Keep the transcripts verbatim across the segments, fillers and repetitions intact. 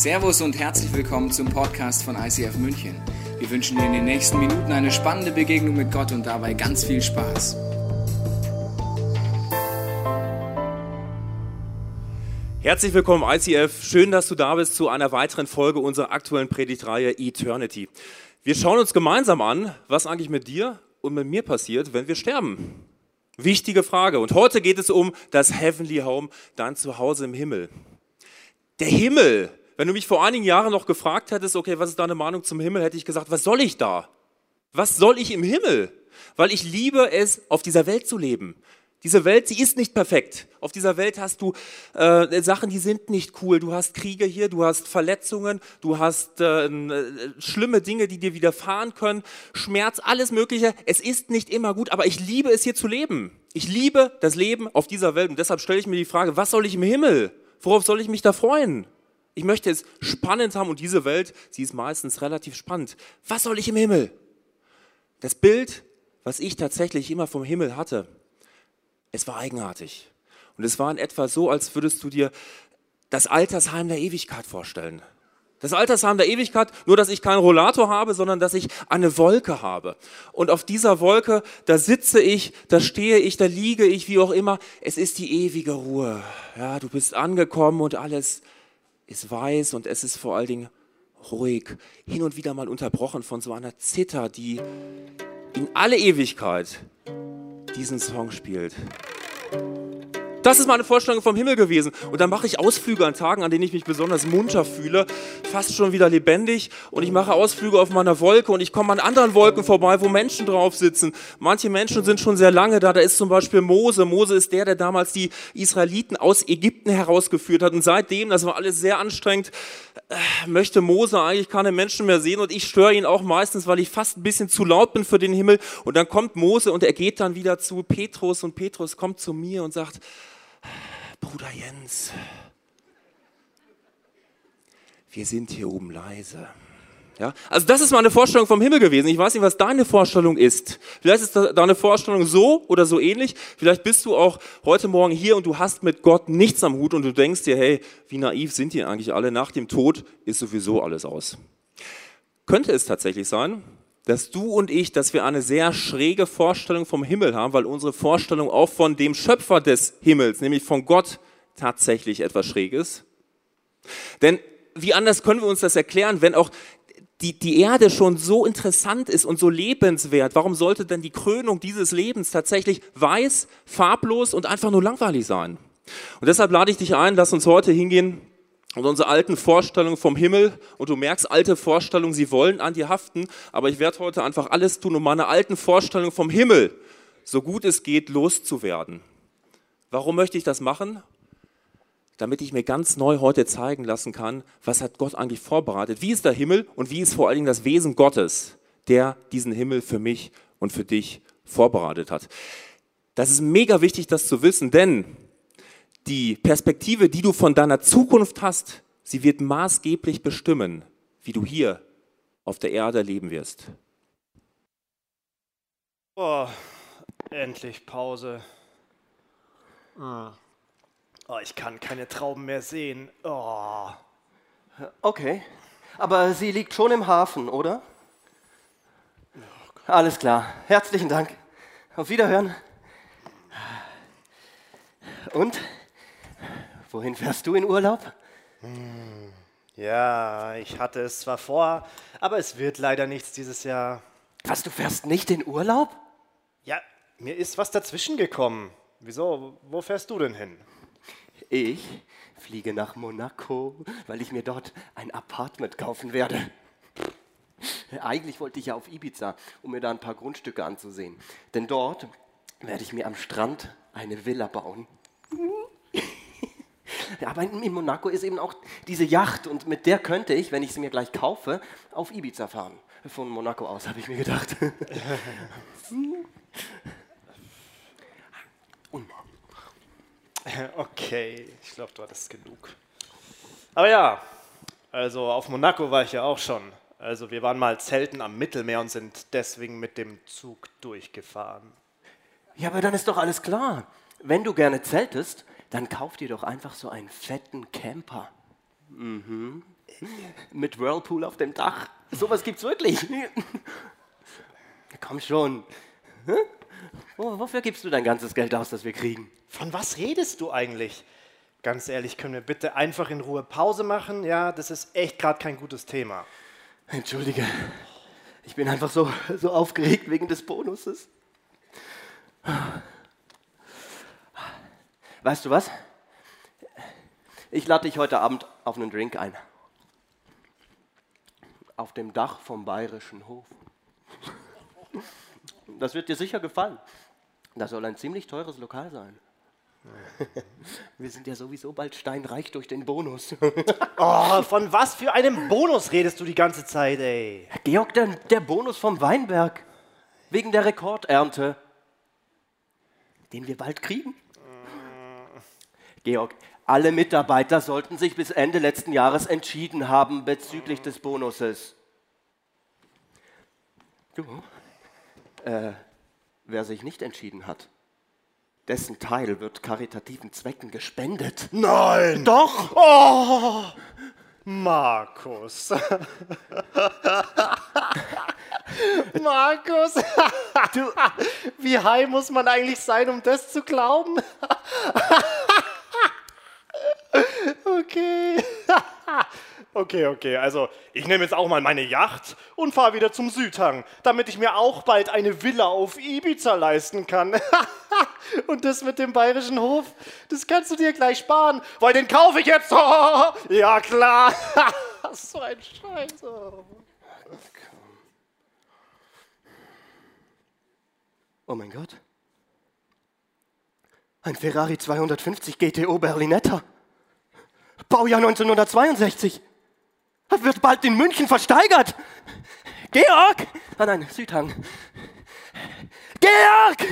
Servus und herzlich willkommen zum Podcast von I C F München. Wir wünschen dir in den nächsten Minuten eine spannende Begegnung mit Gott und dabei ganz viel Spaß. Herzlich willkommen I C F, schön, dass du da bist zu einer weiteren Folge unserer aktuellen Predigtreihe Eternity. Wir schauen uns gemeinsam an, was eigentlich mit dir und mit mir passiert, wenn wir sterben. Wichtige Frage. Und heute geht es um das Heavenly Home, dein Zuhause im Himmel. Der Himmel. Wenn du mich vor einigen Jahren noch gefragt hättest, okay, was ist deine Meinung zum Himmel, hätte ich gesagt, was soll ich da? Was soll ich im Himmel? Weil ich liebe es, auf dieser Welt zu leben. Diese Welt, sie ist nicht perfekt. Auf dieser Welt hast du äh, Sachen, die sind nicht cool. Du hast Kriege hier, du hast Verletzungen, du hast äh, äh, schlimme Dinge, die dir widerfahren können, Schmerz, alles Mögliche. Es ist nicht immer gut, aber ich liebe es, hier zu leben. Ich liebe das Leben auf dieser Welt und deshalb stelle ich mir die Frage, was soll ich im Himmel? Worauf soll ich mich da freuen? Ich möchte es spannend haben und diese Welt, sie ist meistens relativ spannend. Was soll ich im Himmel? Das Bild, was ich tatsächlich immer vom Himmel hatte, es war eigenartig. Und es war in etwa so, als würdest du dir das Altersheim der Ewigkeit vorstellen. Das Altersheim der Ewigkeit, nur dass ich keinen Rollator habe, sondern dass ich eine Wolke habe. Und auf dieser Wolke, da sitze ich, da stehe ich, da liege ich, wie auch immer. Es ist die ewige Ruhe. Ja, du bist angekommen und alles ist weiß und es ist vor allen Dingen ruhig. Hin und wieder mal unterbrochen von so einer Zither, die in alle Ewigkeit diesen Song spielt. Das ist meine Vorstellung vom Himmel gewesen. Und dann mache ich Ausflüge an Tagen, an denen ich mich besonders munter fühle, fast schon wieder lebendig. Und ich mache Ausflüge auf meiner Wolke und ich komme an anderen Wolken vorbei, wo Menschen drauf sitzen. Manche Menschen sind schon sehr lange da. Da ist zum Beispiel Mose. Mose ist der, der damals die Israeliten aus Ägypten herausgeführt hat. Und seitdem, das war alles sehr anstrengend, möchte Mose eigentlich keine Menschen mehr sehen. Und ich störe ihn auch meistens, weil ich fast ein bisschen zu laut bin für den Himmel. Und dann kommt Mose und er geht dann wieder zu Petrus. Und Petrus kommt zu mir und sagt, Bruder Jens, wir sind hier oben leise. Ja? Also das ist meine Vorstellung vom Himmel gewesen. Ich weiß nicht, was deine Vorstellung ist. Vielleicht ist deine Vorstellung so oder so ähnlich. Vielleicht bist du auch heute Morgen hier und du hast mit Gott nichts am Hut und du denkst dir, hey, wie naiv sind die eigentlich alle? Nach dem Tod ist sowieso alles aus. Könnte es tatsächlich sein, dass du und ich, dass wir eine sehr schräge Vorstellung vom Himmel haben, weil unsere Vorstellung auch von dem Schöpfer des Himmels, nämlich von Gott, tatsächlich etwas schräg ist. Denn wie anders können wir uns das erklären, wenn auch die, die Erde schon so interessant ist und so lebenswert, warum sollte denn die Krönung dieses Lebens tatsächlich weiß, farblos und einfach nur langweilig sein? Und deshalb lade ich dich ein, lass uns heute hingehen und unsere alten Vorstellungen vom Himmel, und du merkst, alte Vorstellungen, sie wollen an dir haften, aber ich werde heute einfach alles tun, um meine alten Vorstellungen vom Himmel, so gut es geht, loszuwerden. Warum möchte ich das machen? Damit ich mir ganz neu heute zeigen lassen kann, was hat Gott eigentlich vorbereitet, wie ist der Himmel und wie ist vor allen Dingen das Wesen Gottes, der diesen Himmel für mich und für dich vorbereitet hat. Das ist mega wichtig, das zu wissen, denn die Perspektive, die du von deiner Zukunft hast, sie wird maßgeblich bestimmen, wie du hier auf der Erde leben wirst. Oh, endlich Pause. Oh, ich kann keine Trauben mehr sehen. Oh. Okay, aber sie liegt schon im Hafen, oder? Alles klar, herzlichen Dank. Auf Wiederhören. Und? Wohin fährst du in Urlaub? Hm, ja, ich hatte es zwar vor, aber es wird leider nichts dieses Jahr. Was, du fährst nicht in Urlaub? Ja, mir ist was dazwischen gekommen. Wieso? Wo fährst du denn hin? Ich fliege nach Monaco, weil ich mir dort ein Apartment kaufen werde. Eigentlich wollte ich ja auf Ibiza, um mir da ein paar Grundstücke anzusehen. Denn dort werde ich mir am Strand eine Villa bauen. Aber in Monaco ist eben auch diese Yacht und mit der könnte ich, wenn ich sie mir gleich kaufe, auf Ibiza fahren. Von Monaco aus, habe ich mir gedacht. Okay, ich glaube, du hattest genug. Aber ja, also auf Monaco war ich ja auch schon. Also wir waren mal zelten am Mittelmeer und sind deswegen mit dem Zug durchgefahren. Ja, aber dann ist doch alles klar. Wenn du gerne zeltest, dann kauf dir doch einfach so einen fetten Camper. Mhm. Mit Whirlpool auf dem Dach. Sowas gibt's wirklich. Komm schon. Hm? Wofür gibst du dein ganzes Geld aus, das wir kriegen? Von was redest du eigentlich? Ganz ehrlich, können wir bitte einfach in Ruhe Pause machen? Ja, das ist echt gerade kein gutes Thema. Entschuldige, ich bin einfach so, so aufgeregt wegen des Bonuses. Weißt du was? Ich lade dich heute Abend auf einen Drink ein. Auf dem Dach vom Bayerischen Hof. Das wird dir sicher gefallen. Das soll ein ziemlich teures Lokal sein. Wir sind ja sowieso bald steinreich durch den Bonus. Oh, von was für einem Bonus redest du die ganze Zeit, ey? Georg, der, der Bonus vom Weinberg. Wegen der Rekordernte. Den wir bald kriegen. Georg, alle Mitarbeiter sollten sich bis Ende letzten Jahres entschieden haben bezüglich des Bonuses. Du, äh, wer sich nicht entschieden hat, dessen Teil wird karitativen Zwecken gespendet. Nein! Doch! Oh! Markus. Markus. Du, wie high muss man eigentlich sein, um das zu glauben? Okay. Okay, okay, also ich nehme jetzt auch mal meine Yacht und fahre wieder zum Südhang, damit ich mir auch bald eine Villa auf Ibiza leisten kann. Und das mit dem Bayerischen Hof, das kannst du dir gleich sparen, weil den kaufe ich jetzt. Oh, ja klar. So ein Scheiß. Oh. Oh mein Gott. Ein Ferrari zweihundertfünfzig G T O Berlinetta. Baujahr neunzehnhundertzweiundsechzig. Wird bald in München versteigert. Georg! Ah nein, Südhang. Georg!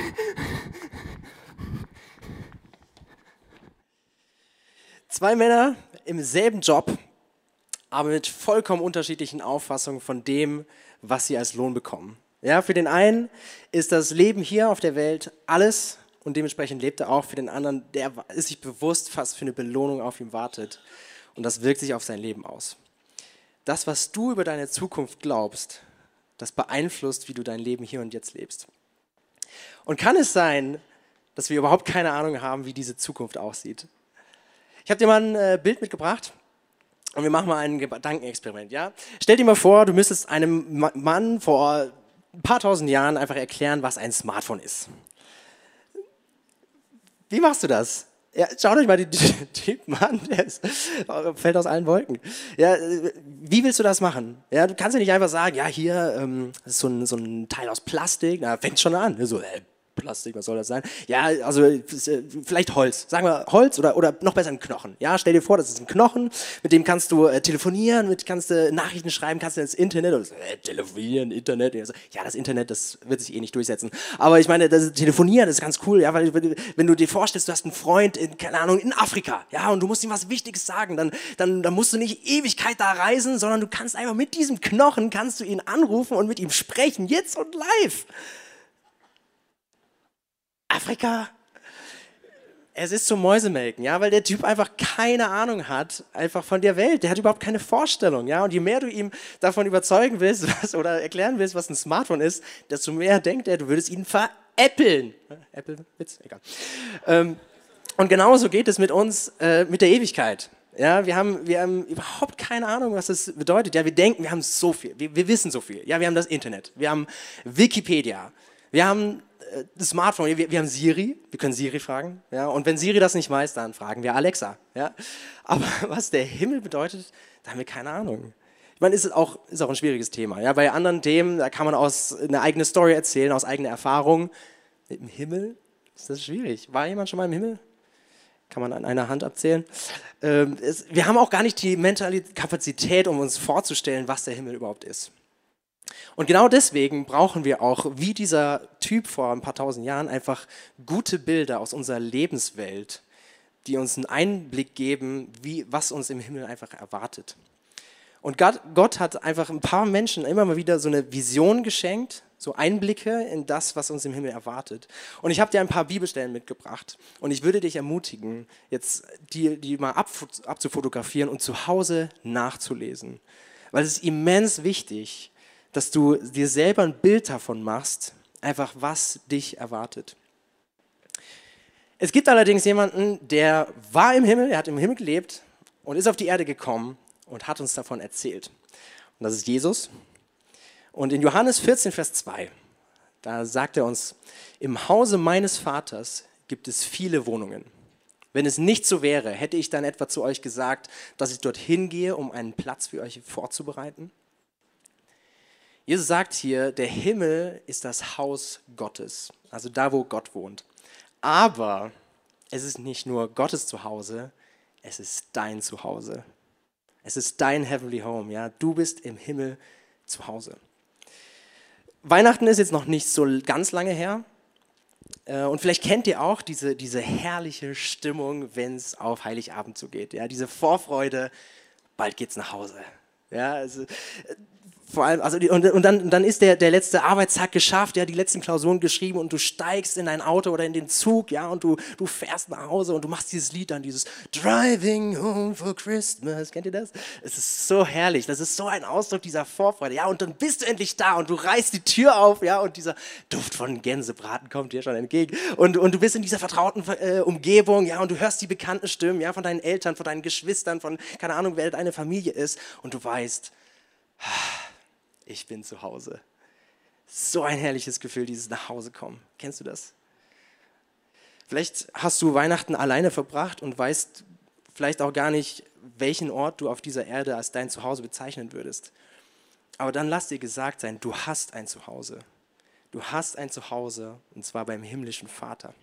Zwei Männer im selben Job, aber mit vollkommen unterschiedlichen Auffassungen von dem, was sie als Lohn bekommen. Ja, für den einen ist das Leben hier auf der Welt alles und dementsprechend lebt er auch. Für den anderen, der ist sich bewusst, was für eine Belohnung auf ihn wartet. Und das wirkt sich auf sein Leben aus. Das, was du über deine Zukunft glaubst, das beeinflusst, wie du dein Leben hier und jetzt lebst. Und kann es sein, dass wir überhaupt keine Ahnung haben, wie diese Zukunft aussieht? Ich habe dir mal ein äh, Bild mitgebracht und wir machen mal ein Gedankenexperiment. Ja? Stell dir mal vor, du müsstest einem Ma- Mann vor ein paar tausend Jahren einfach erklären, was ein Smartphone ist. Wie machst du das? Ja, schaut euch mal den Typen an, der ist, fällt aus allen Wolken. Ja, wie willst du das machen? Ja, du kannst ja nicht einfach sagen, ja, hier, ähm, das ist so ein, so ein Teil aus Plastik, na, fängt schon an. So, äh, Plastik, was soll das sein? Ja, also äh, vielleicht Holz. Sagen wir Holz oder, oder noch besser ein Knochen. Ja, stell dir vor, das ist ein Knochen, mit dem kannst du äh, telefonieren, mit kannst du äh, Nachrichten schreiben, kannst du ins Internet oder so, äh, telefonieren, Internet. Ja, das Internet, das wird sich eh nicht durchsetzen. Aber ich meine, das Telefonieren ist ganz cool, ja, weil wenn du dir vorstellst, du hast einen Freund in, keine Ahnung, in Afrika, ja, und du musst ihm was Wichtiges sagen, dann, dann, dann musst du nicht Ewigkeit da reisen, sondern du kannst einfach mit diesem Knochen, kannst du ihn anrufen und mit ihm sprechen, jetzt und live. Afrika, es ist zum Mäusemelken, ja, weil der Typ einfach keine Ahnung hat, einfach von der Welt. Der hat überhaupt keine Vorstellung, ja. Und je mehr du ihm davon überzeugen willst, was, oder erklären willst, was ein Smartphone ist, desto mehr denkt er, du würdest ihn veräppeln. Apple, Witz, egal. Ähm, und genauso geht es mit uns, äh, mit der Ewigkeit. Ja, wir haben, wir haben überhaupt keine Ahnung, was das bedeutet. Ja, wir denken, wir haben so viel, wir, wir wissen so viel. Ja, wir haben das Internet, wir haben Wikipedia, wir haben das Smartphone, wir, wir haben Siri, wir können Siri fragen, ja, und wenn Siri das nicht weiß, dann fragen wir Alexa, ja, aber was der Himmel bedeutet, da haben wir keine Ahnung. Ich meine, ist auch, ist auch ein schwieriges Thema, ja, bei anderen Themen, da kann man aus eine eigene Story erzählen, aus eigener Erfahrung. Im Himmel ist das schwierig. War jemand schon mal im Himmel? Kann man an einer Hand abzählen. Ähm, es, wir haben auch gar nicht die mentale Kapazität, um uns vorzustellen, was der Himmel überhaupt ist. Und genau deswegen brauchen wir auch, wie dieser Typ vor ein paar tausend Jahren, einfach gute Bilder aus unserer Lebenswelt, die uns einen Einblick geben, wie, was uns im Himmel einfach erwartet. Und Gott, Gott hat einfach ein paar Menschen immer mal wieder so eine Vision geschenkt, so Einblicke in das, was uns im Himmel erwartet. Und ich habe dir ein paar Bibelstellen mitgebracht. Und ich würde dich ermutigen, jetzt die, die mal ab, abzufotografieren und zu Hause nachzulesen. Weil es ist immens wichtig, dass du dir selber ein Bild davon machst, einfach was dich erwartet. Es gibt allerdings jemanden, der war im Himmel, er hat im Himmel gelebt und ist auf die Erde gekommen und hat uns davon erzählt. Und das ist Jesus. Und in Johannes vierzehn, Vers zwei, da sagt er uns, im Hause meines Vaters gibt es viele Wohnungen. Wenn es nicht so wäre, hätte ich dann etwa zu euch gesagt, dass ich dorthin gehe, um einen Platz für euch vorzubereiten? Jesus sagt hier, der Himmel ist das Haus Gottes, also da, wo Gott wohnt. Aber es ist nicht nur Gottes Zuhause, es ist dein Zuhause. Es ist dein Heavenly Home, ja. Du bist im Himmel zu Hause. Weihnachten ist jetzt noch nicht so ganz lange her. Und vielleicht kennt ihr auch diese, diese herrliche Stimmung, wenn es auf Heiligabend zugeht. Ja, diese Vorfreude, bald geht's nach Hause. Ja, also, vor allem, also die, und, und dann, dann ist der, der letzte Arbeitstag geschafft, ja, die letzten Klausuren geschrieben und du steigst in dein Auto oder in den Zug, ja, und du, du fährst nach Hause und du machst dieses Lied dann, dieses Driving Home for Christmas. Kennt ihr das? Es ist so herrlich, das ist so ein Ausdruck dieser Vorfreude, ja, und dann bist du endlich da und du reißt die Tür auf, ja, und dieser Duft von Gänsebraten kommt dir schon entgegen und, und du bist in dieser vertrauten äh, Umgebung, ja, und du hörst die bekannten Stimmen, ja, von deinen Eltern, von deinen Geschwistern, von, keine Ahnung, wer deine Familie ist und du weißt, ich bin zu Hause. So ein herrliches Gefühl, dieses Nachhausekommen. Kennst du das? Vielleicht hast du Weihnachten alleine verbracht und weißt vielleicht auch gar nicht, welchen Ort du auf dieser Erde als dein Zuhause bezeichnen würdest. Aber dann lass dir gesagt sein, du hast ein Zuhause. Du hast ein Zuhause, und zwar beim himmlischen Vater.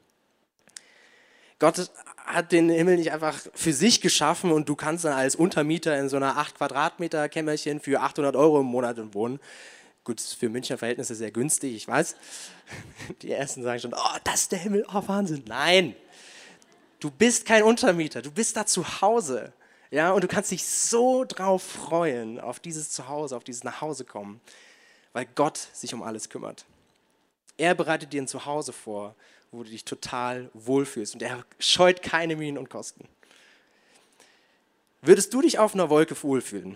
Gott hat den Himmel nicht einfach für sich geschaffen und du kannst dann als Untermieter in so einer acht Quadratmeter Kämmerchen für achthundert Euro im Monat wohnen. Gut, für Münchner Verhältnisse sehr günstig, ich weiß. Die Ersten sagen schon, oh, das ist der Himmel, oh Wahnsinn. Nein, du bist kein Untermieter, du bist da zu Hause. Ja, und du kannst dich so drauf freuen, auf dieses Zuhause, auf dieses Nachhausekommen, weil Gott sich um alles kümmert. Er bereitet dir ein Zuhause vor, wo du dich total wohlfühlst. Und er scheut keine Mühen und Kosten. Würdest du dich auf einer Wolke wohlfühlen?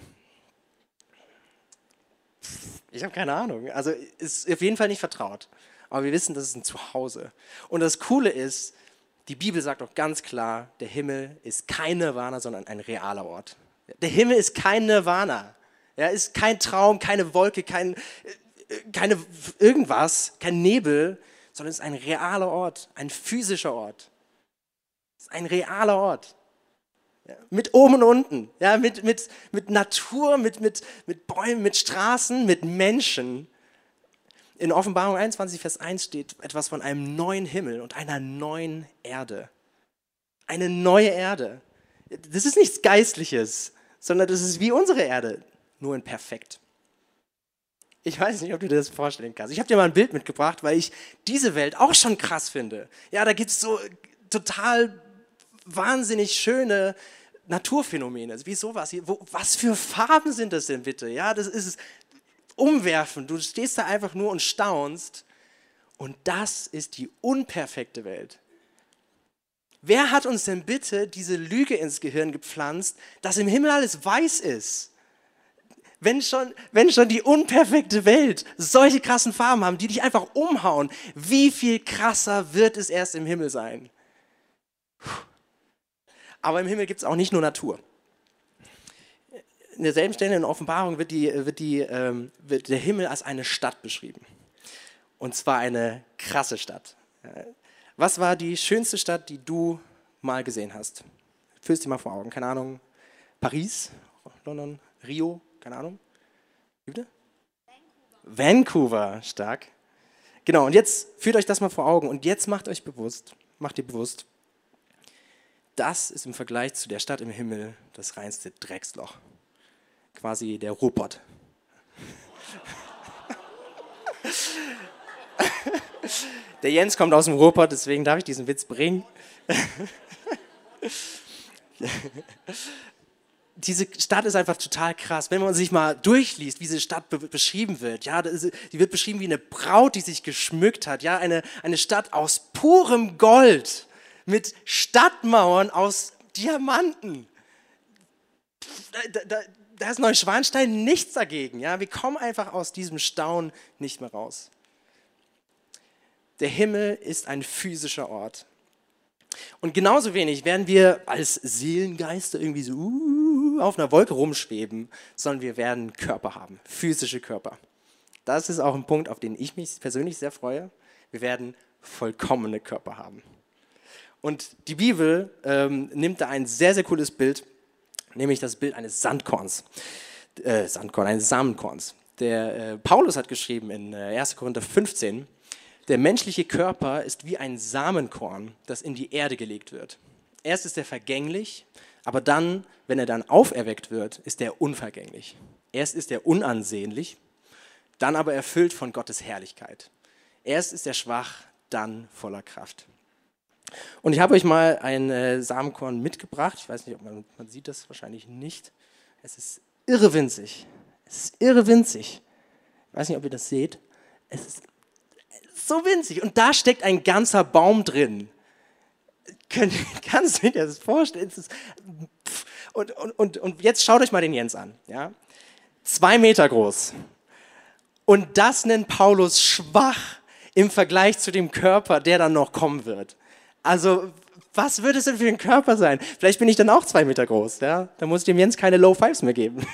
Ich habe keine Ahnung. Also ist auf jeden Fall nicht vertraut. Aber wir wissen, das ist ein Zuhause. Und das Coole ist, die Bibel sagt auch ganz klar, der Himmel ist kein Nirvana, sondern ein realer Ort. Der Himmel ist kein Nirvana. Er ist kein Traum, keine Wolke, kein, keine irgendwas, kein Nebel, sondern es ist ein realer Ort, ein physischer Ort. Es ist ein realer Ort. Ja, mit oben und unten, ja, mit, mit, mit Natur, mit, mit, mit Bäumen, mit Straßen, mit Menschen. In Offenbarung einundzwanzig, Vers eins steht etwas von einem neuen Himmel und einer neuen Erde. Eine neue Erde. Das ist nichts Geistliches, sondern das ist wie unsere Erde, nur in perfekt. Ich weiß nicht, ob du dir das vorstellen kannst. Ich habe dir mal ein Bild mitgebracht, weil ich diese Welt auch schon krass finde. Ja, da gibt es so total wahnsinnig schöne Naturphänomene. Wie sowas hier. Wo, was für Farben sind das denn bitte? Ja, das ist umwerfend. Du stehst da einfach nur und staunst. Und das ist die unperfekte Welt. Wer hat uns denn bitte diese Lüge ins Gehirn gepflanzt, dass im Himmel alles weiß ist? Wenn schon, wenn schon die unperfekte Welt solche krassen Farben haben, die dich einfach umhauen, wie viel krasser wird es erst im Himmel sein? Aber im Himmel gibt es auch nicht nur Natur. In derselben Stelle in der Offenbarung wird, die, wird, die, ähm, wird der Himmel als eine Stadt beschrieben. Und zwar eine krasse Stadt. Was war die schönste Stadt, die du mal gesehen hast? Fühl es dir mal vor Augen. Keine Ahnung, Paris, London, Rio, keine Ahnung. Wie bitte? Vancouver. Vancouver, stark. Genau, und jetzt führt euch das mal vor Augen und jetzt macht euch bewusst, macht ihr bewusst, das ist im Vergleich zu der Stadt im Himmel das reinste Drecksloch. Quasi der Ruhrpott. Der Jens kommt aus dem Ruhrpott, deswegen darf ich diesen Witz bringen. diese Stadt ist einfach total krass. Wenn man sich mal durchliest, wie diese Stadt be- beschrieben wird, ja, die wird beschrieben wie eine Braut, die sich geschmückt hat, ja, eine, eine Stadt aus purem Gold mit Stadtmauern aus Diamanten. Da, da, da ist Neuschwanstein nichts dagegen, ja. Wir kommen einfach aus diesem Staunen nicht mehr raus. Der Himmel ist ein physischer Ort. Und genauso wenig werden wir als Seelengeister irgendwie so uh, auf einer Wolke rumschweben, sondern wir werden Körper haben, physische Körper. Das ist auch ein Punkt, auf den ich mich persönlich sehr freue. Wir werden vollkommene Körper haben. Und die Bibel ähm, nimmt da ein sehr, sehr cooles Bild, nämlich das Bild eines Sandkorns. Äh, Sandkorn, eines Samenkorns. Der äh, Paulus hat geschrieben in äh, erster Korinther fünfzehn, der menschliche Körper ist wie ein Samenkorn, das in die Erde gelegt wird. Erst ist er vergänglich, aber dann, wenn er dann auferweckt wird, ist er unvergänglich. Erst ist er unansehnlich, dann aber erfüllt von Gottes Herrlichkeit. Erst ist er schwach, dann voller Kraft. Und ich habe euch mal ein äh, Samenkorn mitgebracht. Ich weiß nicht, ob man, man sieht das wahrscheinlich nicht. Es ist irre winzig. Es ist irre winzig. Ich weiß nicht, ob ihr das seht. Es ist so winzig. Und da steckt ein ganzer Baum drin. Könnt, kannst du dir das vorstellen? Es ist, und, und, und, und jetzt schaut euch mal den Jens an. Ja? Zwei Meter groß. Und das nennt Paulus schwach im Vergleich zu dem Körper, der dann noch kommen wird. Also, was würde es denn für ein Körper sein? Vielleicht bin ich dann auch zwei Meter groß. Ja? Da muss ich dem Jens keine Low Fives mehr geben.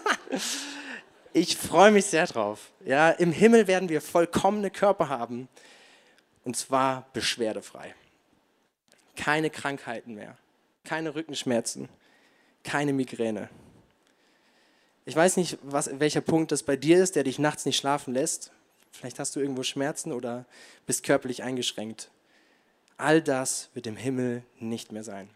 Ich freue mich sehr drauf. Ja, im Himmel werden wir vollkommene Körper haben, und zwar beschwerdefrei. Keine Krankheiten mehr, keine Rückenschmerzen, keine Migräne. Ich weiß nicht, was, welcher Punkt das bei dir ist, der dich nachts nicht schlafen lässt. Vielleicht hast du irgendwo Schmerzen oder bist körperlich eingeschränkt. All das wird im Himmel nicht mehr sein.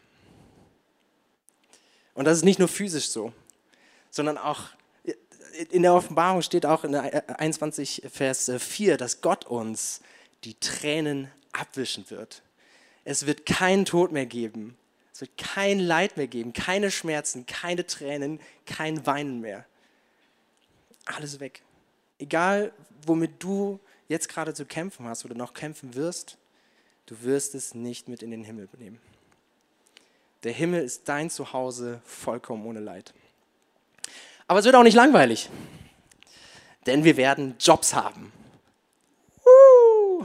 Und das ist nicht nur physisch so, sondern auch in der Offenbarung steht auch in der einundzwanzig Vers vier, dass Gott uns die Tränen abwischen wird. Es wird keinen Tod mehr geben. Es wird kein Leid mehr geben, keine Schmerzen, keine Tränen, kein Weinen mehr. Alles weg. Egal, womit du jetzt gerade zu kämpfen hast oder noch kämpfen wirst, du wirst es nicht mit in den Himmel nehmen. Der Himmel ist dein Zuhause, vollkommen ohne Leid. Aber es wird auch nicht langweilig, denn wir werden Jobs haben. Uh.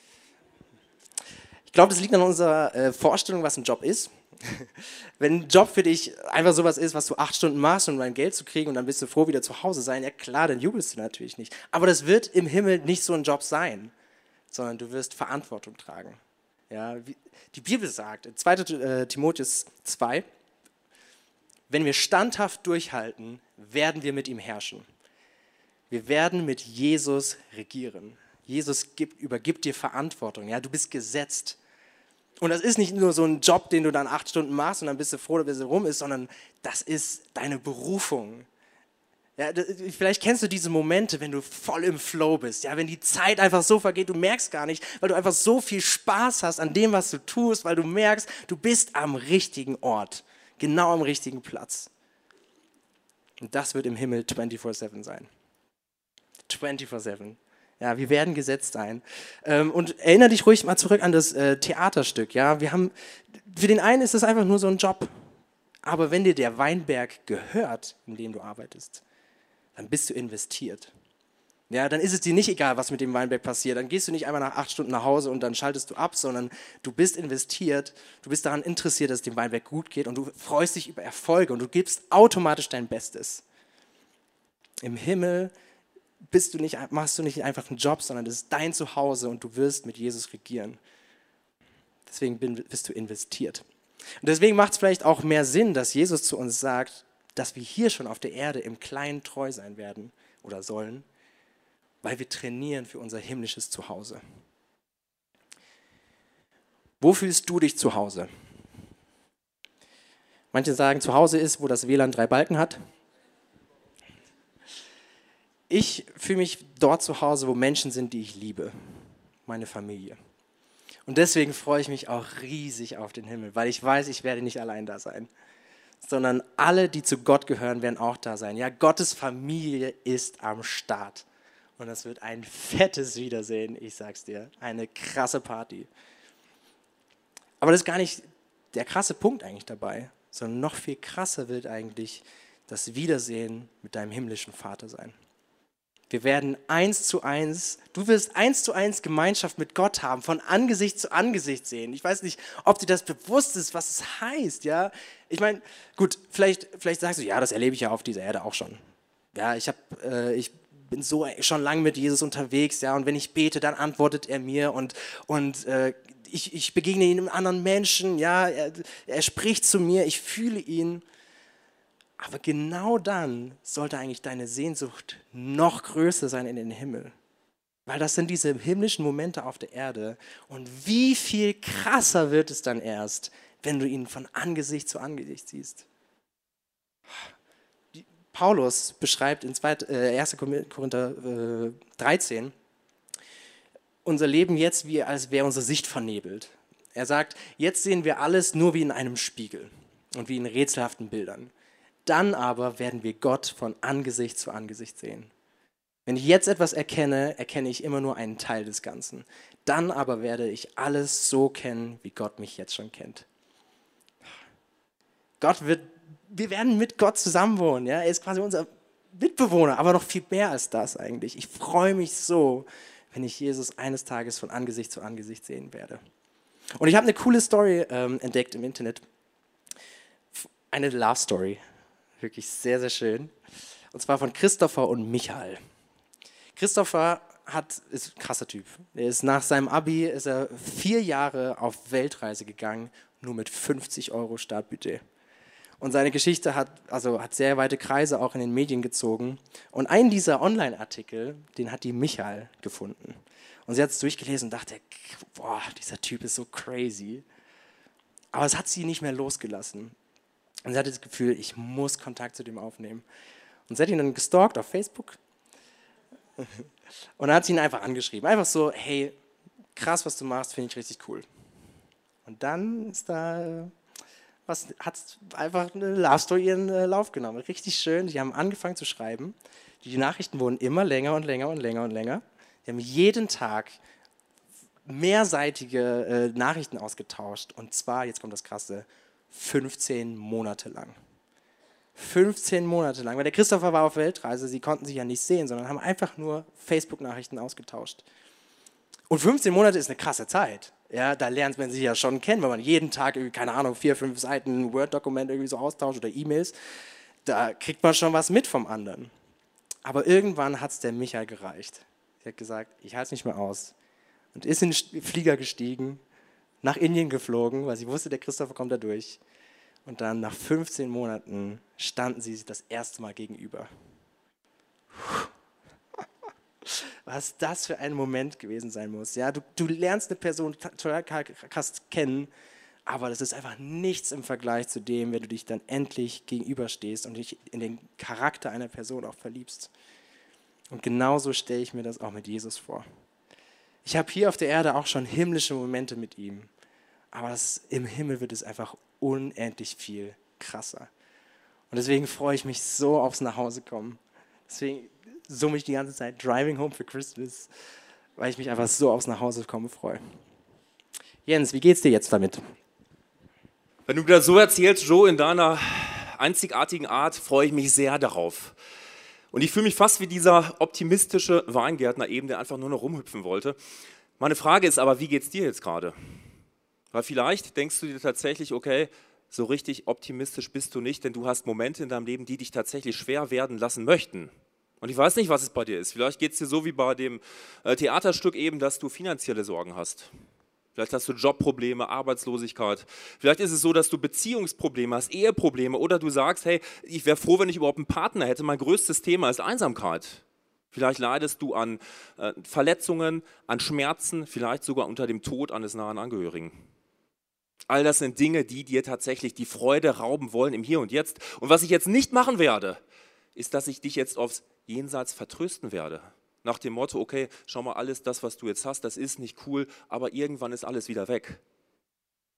Ich glaube, das liegt an unserer äh, Vorstellung, was ein Job ist. Wenn ein Job für dich einfach sowas ist, was du acht Stunden machst, um dein Geld zu kriegen und dann bist du froh, wieder zu Hause sein, ja klar, dann jubelst du natürlich nicht. Aber das wird im Himmel nicht so ein Job sein, sondern du wirst Verantwortung tragen. Ja, wie die Bibel sagt, in zweiter Timotheus zwei, wenn wir standhaft durchhalten, werden wir mit ihm herrschen. Wir werden mit Jesus regieren. Jesus gibt, übergibt dir Verantwortung. Ja, du bist gesetzt. Und das ist nicht nur so ein Job, den du dann acht Stunden machst und dann bist du froh, dass er rum ist, sondern das ist deine Berufung. Ja, vielleicht kennst du diese Momente, wenn du voll im Flow bist, ja, wenn die Zeit einfach so vergeht, du merkst gar nicht, weil du einfach so viel Spaß hast an dem, was du tust, weil du merkst, du bist am richtigen Ort. Genau am richtigen Platz. Und das wird im Himmel vierundzwanzig sieben sein. vierundzwanzig sieben. Ja, wir werden gesetzt sein. Und erinnere dich ruhig mal zurück an das Theaterstück. Ja, wir haben, für den einen ist es einfach nur so ein Job. Aber wenn dir der Weinberg gehört, in dem du arbeitest, dann bist du investiert. Ja, dann ist es dir nicht egal, was mit dem Weinberg passiert. Dann gehst du nicht einmal nach acht Stunden nach Hause und dann schaltest du ab, sondern du bist investiert, du bist daran interessiert, dass es dem Weinberg gut geht und du freust dich über Erfolge und du gibst automatisch dein Bestes. Im Himmel bist du nicht, machst du nicht einfach einen Job, sondern das ist dein Zuhause und du wirst mit Jesus regieren. Deswegen bist du investiert. Und deswegen macht es vielleicht auch mehr Sinn, dass Jesus zu uns sagt, dass wir hier schon auf der Erde im Kleinen treu sein werden oder sollen, weil wir trainieren für unser himmlisches Zuhause. Wo fühlst du dich zu Hause? Manche sagen, zu Hause ist, wo das W L A N drei Balken hat. Ich fühle mich dort zu Hause, wo Menschen sind, die ich liebe. Meine Familie. Und deswegen freue ich mich auch riesig auf den Himmel, weil ich weiß, ich werde nicht allein da sein, sondern alle, die zu Gott gehören, werden auch da sein. Ja, Gottes Familie ist am Start. Und das wird ein fettes Wiedersehen, ich sag's dir. Eine krasse Party. Aber das ist gar nicht der krasse Punkt eigentlich dabei, sondern noch viel krasser wird eigentlich das Wiedersehen mit deinem himmlischen Vater sein. Wir werden eins zu eins, du wirst eins zu eins Gemeinschaft mit Gott haben, von Angesicht zu Angesicht sehen. Ich weiß nicht, ob dir das bewusst ist, was es heißt, ja. Ich meine, gut, vielleicht, vielleicht sagst du, ja, das erlebe ich ja auf dieser Erde auch schon. Ja, ich, hab, äh, ich bin so schon lange mit Jesus unterwegs, ja, und wenn ich bete, dann antwortet er mir und, und äh, ich, ich begegne ihn einem anderen Menschen, ja, er, er spricht zu mir, ich fühle ihn. Aber genau dann sollte eigentlich deine Sehnsucht noch größer sein in den Himmel. Weil das sind diese himmlischen Momente auf der Erde. Und wie viel krasser wird es dann erst, wenn du ihn von Angesicht zu Angesicht siehst. Paulus beschreibt in erster Korinther dreizehn unser Leben jetzt, wie als wäre unsere Sicht vernebelt. Er sagt, jetzt sehen wir alles nur wie in einem Spiegel und wie in rätselhaften Bildern. Dann aber werden wir Gott von Angesicht zu Angesicht sehen. Wenn ich jetzt etwas erkenne, erkenne ich immer nur einen Teil des Ganzen. Dann aber werde ich alles so kennen, wie Gott mich jetzt schon kennt. Gott wird, wir werden mit Gott zusammenwohnen. Ja? Er ist quasi unser Mitbewohner, aber noch viel mehr als das eigentlich. Ich freue mich so, wenn ich Jesus eines Tages von Angesicht zu Angesicht sehen werde. Und ich habe eine coole Story ähm, entdeckt im Internet. Eine Love Story. Wirklich sehr, sehr schön. Und zwar von Christopher und Michael. Christopher hat, ist ein krasser Typ. Er ist nach seinem Abi ist er vier Jahre auf Weltreise gegangen, nur mit fünfzig Euro Startbudget. Und seine Geschichte hat, also hat sehr weite Kreise auch in den Medien gezogen. Und einen dieser Online-Artikel, den hat die Michael gefunden. Und sie hat es durchgelesen und dachte, boah, dieser Typ ist so crazy. Aber es hat sie nicht mehr losgelassen. Und sie hatte das Gefühl, ich muss Kontakt zu dem aufnehmen. Und sie hat ihn dann gestalkt auf Facebook. Und dann hat sie ihn einfach angeschrieben. Einfach so, hey, krass, was du machst, finde ich richtig cool. Und dann ist da, was hat einfach eine Love Story ihren Lauf genommen. Richtig schön. Die haben angefangen zu schreiben. Die Nachrichten wurden immer länger und länger und länger und länger. Die haben jeden Tag mehrseitige äh, Nachrichten ausgetauscht. Und zwar, jetzt kommt das Krasse, fünfzehn Monate lang. fünfzehn Monate lang. Weil der Christopher war auf Weltreise, sie konnten sich ja nicht sehen, sondern haben einfach nur Facebook-Nachrichten ausgetauscht. Und fünfzehn Monate ist eine krasse Zeit. Ja, da lernt man sich ja schon kennen, wenn man jeden Tag, irgendwie, keine Ahnung, vier, fünf Seiten Word-Dokument irgendwie so austauscht oder E-Mails. Da kriegt man schon was mit vom anderen. Aber irgendwann hat es der Michael gereicht. Sie hat gesagt, ich halte es nicht mehr aus. Und ist in den Flieger gestiegen, nach Indien geflogen, weil sie wusste, der Christopher kommt da durch. Und dann nach fünfzehn Monaten standen sie sich das erste Mal gegenüber. Was das für ein Moment gewesen sein muss. Ja, du, du lernst eine Person total krass kennen, aber das ist einfach nichts im Vergleich zu dem, wenn du dich dann endlich gegenüberstehst und dich in den Charakter einer Person auch verliebst. Und genauso stelle ich mir das auch mit Jesus vor. Ich habe hier auf der Erde auch schon himmlische Momente mit ihm, aber das, im Himmel wird es einfach unendlich viel krasser. Und deswegen freue ich mich so aufs Nachhausekommen. Deswegen summe ich die ganze Zeit Driving Home for Christmas, weil ich mich einfach so aufs Nachhausekommen freue. Jens, wie geht's dir jetzt damit? Wenn du das so erzählst, Joe, in deiner einzigartigen Art, freue ich mich sehr darauf. Und ich fühle mich fast wie dieser optimistische Weingärtner eben, der einfach nur noch rumhüpfen wollte. Meine Frage ist aber, wie geht's dir jetzt gerade? Weil vielleicht denkst du dir tatsächlich, okay, so richtig optimistisch bist du nicht, denn du hast Momente in deinem Leben, die dich tatsächlich schwer werden lassen möchten. Und ich weiß nicht, was es bei dir ist. Vielleicht geht es dir so wie bei dem Theaterstück eben, dass du finanzielle Sorgen hast. Vielleicht hast du Jobprobleme, Arbeitslosigkeit. Vielleicht ist es so, dass du Beziehungsprobleme hast, Eheprobleme. Oder du sagst, hey, ich wäre froh, wenn ich überhaupt einen Partner hätte. Mein größtes Thema ist Einsamkeit. Vielleicht leidest du an äh, Verletzungen, an Schmerzen, vielleicht sogar unter dem Tod eines nahen Angehörigen. All das sind Dinge, die dir tatsächlich die Freude rauben wollen im Hier und Jetzt. Und was ich jetzt nicht machen werde, ist, dass ich dich jetzt aufs Jenseits vertrösten werde. Nach dem Motto, okay, schau mal, alles das, was du jetzt hast, das ist nicht cool, aber irgendwann ist alles wieder weg.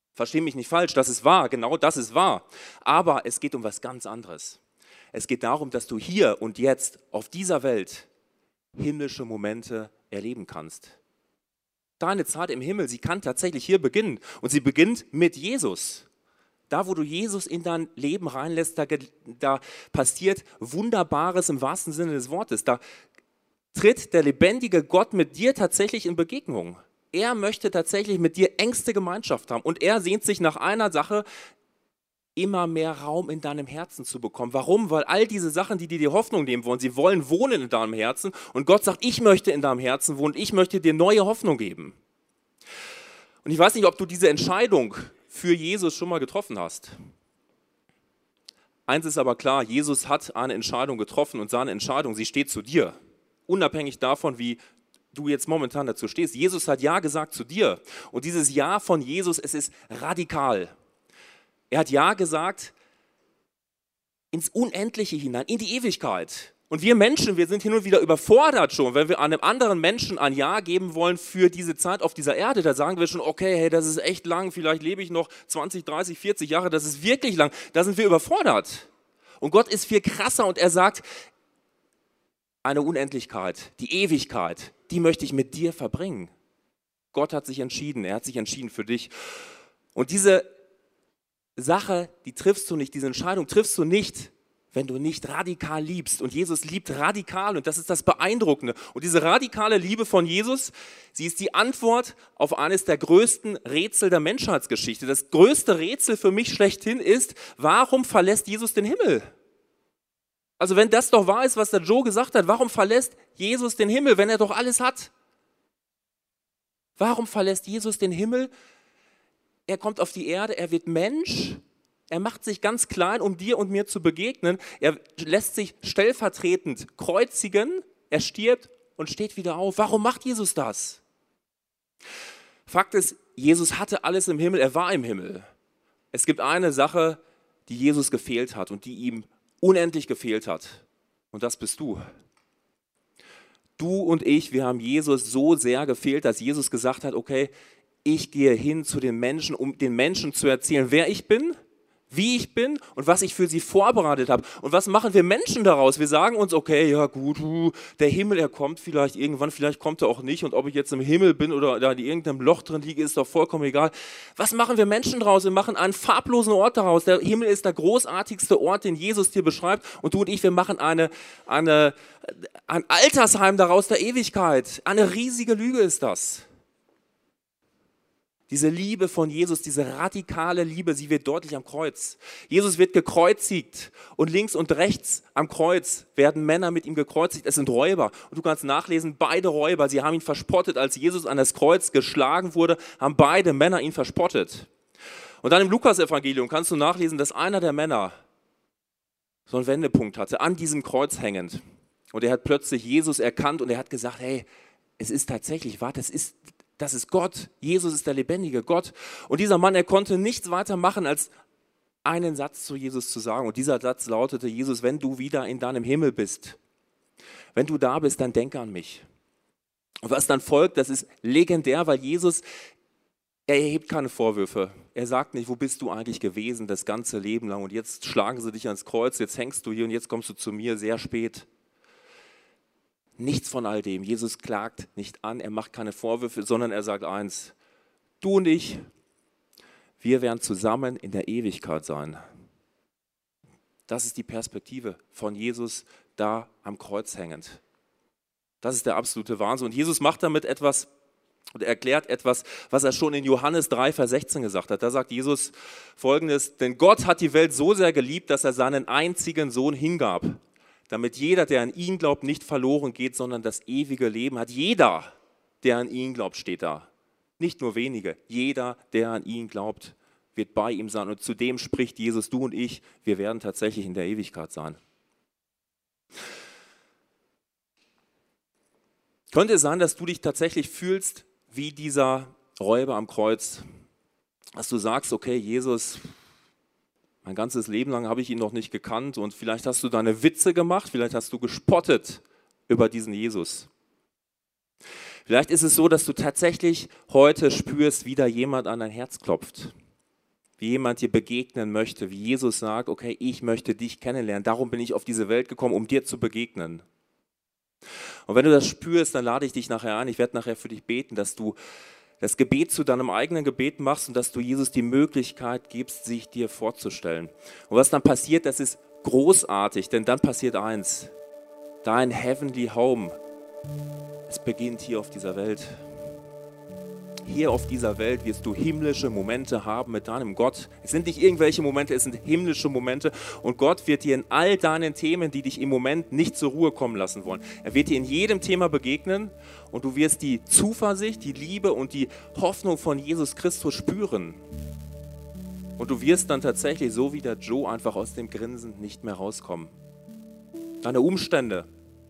Versteh mich nicht falsch, das ist wahr, genau das ist wahr. Aber es geht um was ganz anderes. Es geht darum, dass du hier und jetzt auf dieser Welt himmlische Momente erleben kannst. Deine Zeit im Himmel, sie kann tatsächlich hier beginnen. Und sie beginnt mit Jesus. Da, wo du Jesus in dein Leben reinlässt, da, da passiert Wunderbares im wahrsten Sinne des Wortes. Da tritt der lebendige Gott mit dir tatsächlich in Begegnung. Er möchte tatsächlich mit dir engste Gemeinschaft haben. Und er sehnt sich nach einer Sache, immer mehr Raum in deinem Herzen zu bekommen. Warum? Weil all diese Sachen, die dir die Hoffnung nehmen wollen, sie wollen wohnen in deinem Herzen. Und Gott sagt, ich möchte in deinem Herzen wohnen, ich möchte dir neue Hoffnung geben. Und ich weiß nicht, ob du diese Entscheidung für Jesus schon mal getroffen hast. Eins ist aber klar, Jesus hat eine Entscheidung getroffen und seine Entscheidung, sie steht zu dir. Unabhängig davon, wie du jetzt momentan dazu stehst. Jesus hat Ja gesagt zu dir. Und dieses Ja von Jesus, es ist radikal. Er hat Ja gesagt ins Unendliche hinein, in die Ewigkeit. Und wir Menschen, wir sind hin und wieder überfordert schon, wenn wir einem anderen Menschen ein Ja geben wollen für diese Zeit auf dieser Erde. Da sagen wir schon, okay, hey, das ist echt lang, vielleicht lebe ich noch zwanzig, dreißig, vierzig Jahre, das ist wirklich lang. Da sind wir überfordert. Und Gott ist viel krasser und er sagt, eine Unendlichkeit, die Ewigkeit, die möchte ich mit dir verbringen. Gott hat sich entschieden, er hat sich entschieden für dich. Und diese Sache, die triffst du nicht, diese Entscheidung triffst du nicht, wenn du nicht radikal liebst. Und Jesus liebt radikal und das ist das Beeindruckende. Und diese radikale Liebe von Jesus, sie ist die Antwort auf eines der größten Rätsel der Menschheitsgeschichte. Das größte Rätsel für mich schlechthin ist, warum verlässt Jesus den Himmel? Also wenn das doch wahr ist, was der Joe gesagt hat, warum verlässt Jesus den Himmel, wenn er doch alles hat? Warum verlässt Jesus den Himmel? Er kommt auf die Erde, er wird Mensch, er macht sich ganz klein, um dir und mir zu begegnen. Er lässt sich stellvertretend kreuzigen, er stirbt und steht wieder auf. Warum macht Jesus das? Fakt ist, Jesus hatte alles im Himmel, er war im Himmel. Es gibt eine Sache, die Jesus gefehlt hat und die ihm unendlich gefehlt hat. Und das bist du. Du und ich, wir haben Jesus so sehr gefehlt, dass Jesus gesagt hat, okay, ich gehe hin zu den Menschen, um den Menschen zu erzählen, wer ich bin, wie ich bin und was ich für sie vorbereitet habe. Und was machen wir Menschen daraus? Wir sagen uns, okay, ja gut, der Himmel, er kommt vielleicht irgendwann, vielleicht kommt er auch nicht. Und ob ich jetzt im Himmel bin oder da in irgendeinem Loch drin liege, ist doch vollkommen egal. Was machen wir Menschen daraus? Wir machen einen farblosen Ort daraus. Der Himmel ist der großartigste Ort, den Jesus dir beschreibt. Und du und ich, wir machen eine, eine, ein Altersheim daraus der Ewigkeit. Eine riesige Lüge ist das. Diese Liebe von Jesus, diese radikale Liebe, sie wird deutlich am Kreuz. Jesus wird gekreuzigt und links und rechts am Kreuz werden Männer mit ihm gekreuzigt. Es sind Räuber. Und du kannst nachlesen, beide Räuber, sie haben ihn verspottet. Als Jesus an das Kreuz geschlagen wurde, haben beide Männer ihn verspottet. Und dann im Lukas-Evangelium kannst du nachlesen, dass einer der Männer so einen Wendepunkt hatte, an diesem Kreuz hängend. Und er hat plötzlich Jesus erkannt und er hat gesagt, hey, es ist tatsächlich wahr, das ist Das ist Gott. Jesus ist der lebendige Gott. Und dieser Mann, er konnte nichts weiter machen, als einen Satz zu Jesus zu sagen. Und dieser Satz lautete, Jesus, wenn du wieder in deinem Himmel bist, wenn du da bist, dann denke an mich. Und was dann folgt, das ist legendär, weil Jesus, er erhebt keine Vorwürfe. Er sagt nicht, wo bist du eigentlich gewesen das ganze Leben lang und jetzt schlagen sie dich ans Kreuz, jetzt hängst du hier und jetzt kommst du zu mir sehr spät. Nichts von all dem. Jesus klagt nicht an, er macht keine Vorwürfe, sondern er sagt eins, du und ich, wir werden zusammen in der Ewigkeit sein. Das ist die Perspektive von Jesus da am Kreuz hängend. Das ist der absolute Wahnsinn. Und Jesus macht damit etwas und erklärt etwas, was er schon in Johannes drei, Vers sechzehn gesagt hat. Da sagt Jesus Folgendes, denn Gott hat die Welt so sehr geliebt, dass er seinen einzigen Sohn hingab, damit jeder, der an ihn glaubt, nicht verloren geht, sondern das ewige Leben hat. Jeder, der an ihn glaubt, steht da. Nicht nur wenige. Jeder, der an ihn glaubt, wird bei ihm sein. Und zudem spricht Jesus, du und ich, wir werden tatsächlich in der Ewigkeit sein. Könnte es sein, dass du dich tatsächlich fühlst wie dieser Räuber am Kreuz? Dass du sagst, okay, Jesus, mein ganzes Leben lang habe ich ihn noch nicht gekannt und vielleicht hast du deine Witze gemacht, vielleicht hast du gespottet über diesen Jesus. Vielleicht ist es so, dass du tatsächlich heute spürst, wie da jemand an dein Herz klopft. wie jemand dir begegnen möchte, wie Jesus sagt, okay, ich möchte dich kennenlernen, darum bin ich auf diese Welt gekommen, um dir zu begegnen. Und wenn du das spürst, dann lade ich dich nachher ein, ich werde nachher für dich beten, dass du das Gebet zu deinem eigenen Gebet machst und dass du Jesus die Möglichkeit gibst, sich dir vorzustellen. Und was dann passiert, das ist großartig, denn dann passiert eins, dein Heavenly Home, es beginnt hier auf dieser Welt. Hier auf dieser Welt wirst du himmlische Momente haben mit deinem Gott. Es sind nicht irgendwelche Momente, es sind himmlische Momente. Und Gott wird dir in all deinen Themen, die dich im Moment nicht zur Ruhe kommen lassen wollen, er wird dir in jedem Thema begegnen und du wirst die Zuversicht, die Liebe und die Hoffnung von Jesus Christus spüren. Und du wirst dann tatsächlich, so wie der Joe, einfach aus dem Grinsen nicht mehr rauskommen. Deine Umstände,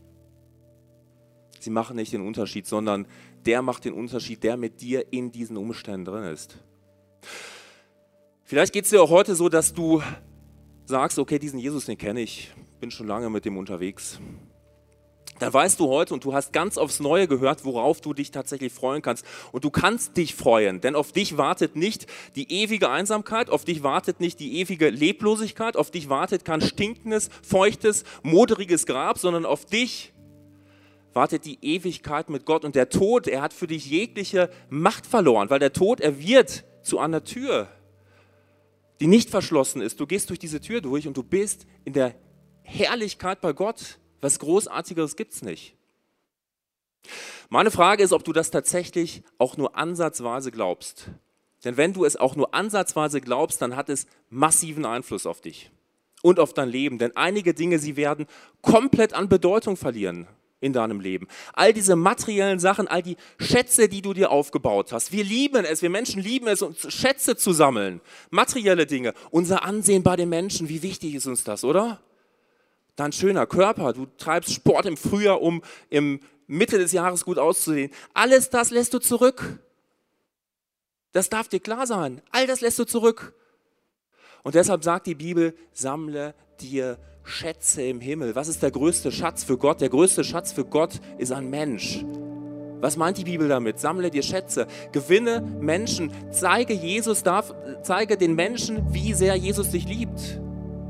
sie machen nicht den Unterschied, sondern der macht den Unterschied, der mit dir in diesen Umständen drin ist. Vielleicht geht es dir auch heute so, dass du sagst, okay, diesen Jesus, den kenne ich, bin schon lange mit dem unterwegs. Dann weißt du heute und du hast ganz aufs Neue gehört, worauf du dich tatsächlich freuen kannst. Und du kannst dich freuen, denn auf dich wartet nicht die ewige Einsamkeit, auf dich wartet nicht die ewige Leblosigkeit, auf dich wartet kein stinkendes, feuchtes, moderiges Grab, sondern auf dich wartet die Ewigkeit mit Gott. Und der Tod, er hat für dich jegliche Macht verloren, weil der Tod, er wird zu einer Tür, die nicht verschlossen ist. Du gehst durch diese Tür durch und du bist in der Herrlichkeit bei Gott. Was Großartigeres gibt es nicht. Meine Frage ist, ob du das tatsächlich auch nur ansatzweise glaubst. Denn wenn du es auch nur ansatzweise glaubst, dann hat es massiven Einfluss auf dich und auf dein Leben. Denn einige Dinge, sie werden komplett an Bedeutung verlieren in deinem Leben. All diese materiellen Sachen, all die Schätze, die du dir aufgebaut hast. Wir lieben es, wir Menschen lieben es, uns Schätze zu sammeln. Materielle Dinge. Unser Ansehen bei den Menschen, wie wichtig ist uns das, oder? Dein schöner Körper, du treibst Sport im Frühjahr, um im Mitte des Jahres gut auszusehen. Alles das lässt du zurück. Das darf dir klar sein. All das lässt du zurück. Und deshalb sagt die Bibel, sammle dir Schätze im Himmel. Was ist der größte Schatz für Gott? Der größte Schatz für Gott ist ein Mensch. Was meint die Bibel damit? Sammle dir Schätze, gewinne Menschen, zeige Jesus, darf, zeige den Menschen, wie sehr Jesus dich liebt.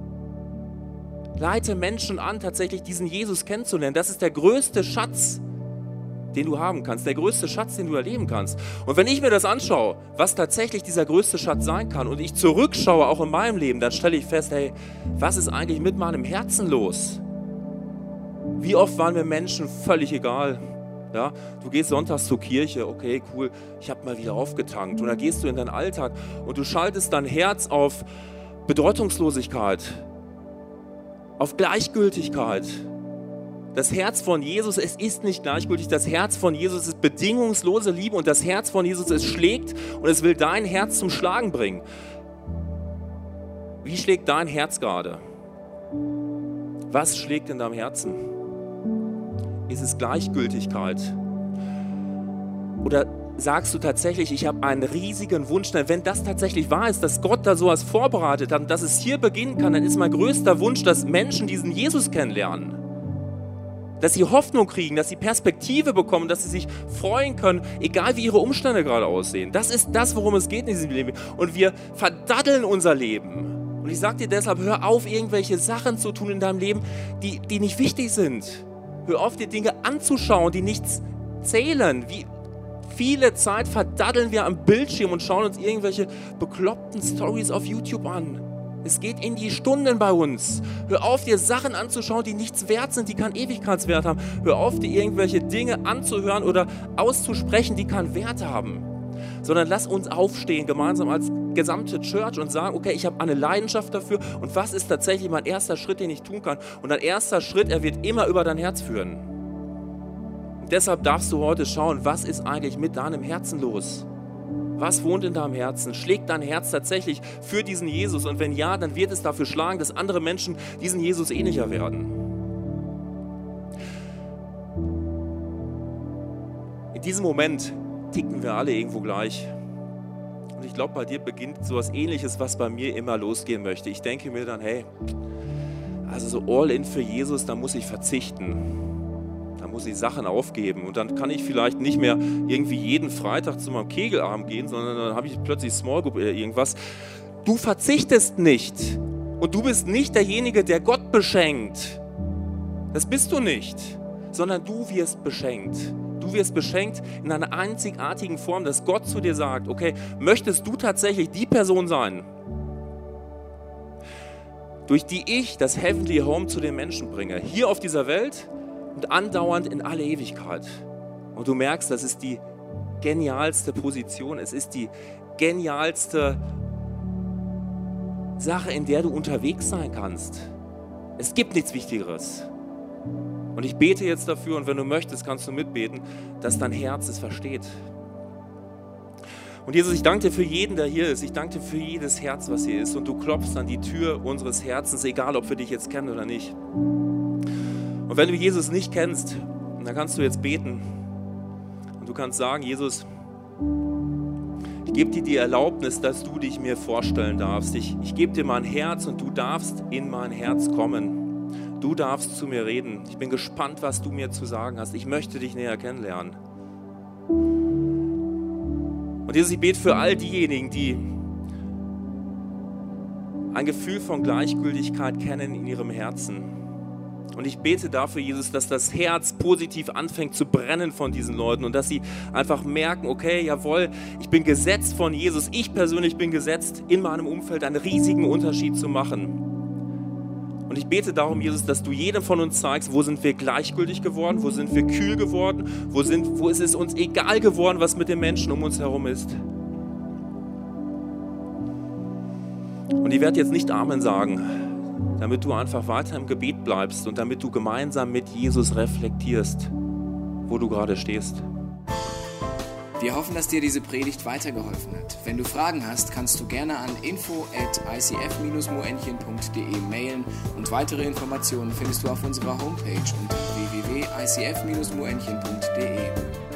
Leite Menschen an, tatsächlich diesen Jesus kennenzulernen. Das ist der größte Schatz, den du haben kannst, der größte Schatz, den du erleben kannst. Und wenn ich mir das anschaue, was tatsächlich dieser größte Schatz sein kann und ich zurückschaue, auch in meinem Leben, dann stelle ich fest, hey, was ist eigentlich mit meinem Herzen los? Wie oft waren mir Menschen völlig egal? Ja, du gehst sonntags zur Kirche, okay, cool, ich habe mal wieder aufgetankt. Und dann gehst du in deinen Alltag und du schaltest dein Herz auf Bedeutungslosigkeit, auf Gleichgültigkeit. Das Herz von Jesus, es ist nicht gleichgültig, das Herz von Jesus ist bedingungslose Liebe und das Herz von Jesus, es schlägt und es will dein Herz zum Schlagen bringen. Wie schlägt dein Herz gerade? Was schlägt in deinem Herzen? Ist es Gleichgültigkeit? Oder sagst du tatsächlich, ich habe einen riesigen Wunsch, denn wenn das tatsächlich wahr ist, dass Gott da sowas vorbereitet hat und dass es hier beginnen kann, dann ist mein größter Wunsch, dass Menschen diesen Jesus kennenlernen. Dass sie Hoffnung kriegen, dass sie Perspektive bekommen, dass sie sich freuen können, egal wie ihre Umstände gerade aussehen. Das ist das, worum es geht in diesem Leben. Und wir verdaddeln unser Leben. Und ich sage dir deshalb, hör auf, irgendwelche Sachen zu tun in deinem Leben, die, die nicht wichtig sind. Hör auf, dir Dinge anzuschauen, die nichts zählen. Wie viele Zeit verdaddeln wir am Bildschirm und schauen uns irgendwelche bekloppten Stories auf YouTube an. Es geht in die Stunden bei uns. Hör auf, dir Sachen anzuschauen, die nichts wert sind, die keinen Ewigkeitswert haben. Hör auf, dir irgendwelche Dinge anzuhören oder auszusprechen, die keinen Wert haben. Sondern lass uns aufstehen, gemeinsam als gesamte Church und sagen, okay, ich habe eine Leidenschaft dafür und was ist tatsächlich mein erster Schritt, den ich tun kann? Und dein erster Schritt, er wird immer über dein Herz führen. Und deshalb darfst du heute schauen, was ist eigentlich mit deinem Herzen los? Was wohnt in deinem Herzen? Schlägt dein Herz tatsächlich für diesen Jesus? Und wenn ja, dann wird es dafür schlagen, dass andere Menschen diesen Jesus ähnlicher werden. In diesem Moment ticken wir alle irgendwo gleich. Und ich glaube, bei dir beginnt so etwas Ähnliches, was bei mir immer losgehen möchte. Ich denke mir dann, hey, also so all in für Jesus, da muss ich verzichten. Da muss ich Sachen aufgeben und dann kann ich vielleicht nicht mehr irgendwie jeden Freitag zu meinem Kegelabend gehen, sondern dann habe ich plötzlich Small Group oder irgendwas. Du verzichtest nicht und du bist nicht derjenige, der Gott beschenkt. Das bist du nicht, sondern du wirst beschenkt. Du wirst beschenkt in einer einzigartigen Form, dass Gott zu dir sagt, okay, möchtest du tatsächlich die Person sein, durch die ich das Heavenly Home zu den Menschen bringe, hier auf dieser Welt und andauernd in alle Ewigkeit. Und du merkst, das ist die genialste Position, es ist die genialste Sache, in der du unterwegs sein kannst. Es gibt nichts Wichtigeres. Und ich bete jetzt dafür, und wenn du möchtest, kannst du mitbeten, dass dein Herz es versteht. Und Jesus, ich danke dir für jeden, der hier ist. Ich danke dir für jedes Herz, was hier ist. Und du klopfst an die Tür unseres Herzens, egal ob wir dich jetzt kennen oder nicht. Und wenn du Jesus nicht kennst, dann kannst du jetzt beten. Und du kannst sagen, Jesus, ich gebe dir die Erlaubnis, dass du dich mir vorstellen darfst. Ich, ich gebe dir mein Herz und du darfst in mein Herz kommen. Du darfst zu mir reden. Ich bin gespannt, was du mir zu sagen hast. Ich möchte dich näher kennenlernen. Und Jesus, ich bete für all diejenigen, die ein Gefühl von Gleichgültigkeit kennen in ihrem Herzen. Und ich bete dafür, Jesus, dass das Herz positiv anfängt zu brennen von diesen Leuten und dass sie einfach merken, okay, jawohl, ich bin gesetzt von Jesus. Ich persönlich bin gesetzt, in meinem Umfeld einen riesigen Unterschied zu machen. Und ich bete darum, Jesus, dass du jedem von uns zeigst, wo sind wir gleichgültig geworden, wo sind wir kühl geworden, wo, sind, wo ist es uns egal geworden, was mit den Menschen um uns herum ist. Und ich werde jetzt nicht Amen sagen, damit du einfach weiter im Gebet bleibst und damit du gemeinsam mit Jesus reflektierst, wo du gerade stehst. Wir hoffen, dass dir diese Predigt weitergeholfen hat. Wenn du Fragen hast, kannst du gerne an info at i c f dash moenchen punkt d e mailen und weitere Informationen findest du auf unserer Homepage unter w w w punkt i c f dash moenchen punkt d e.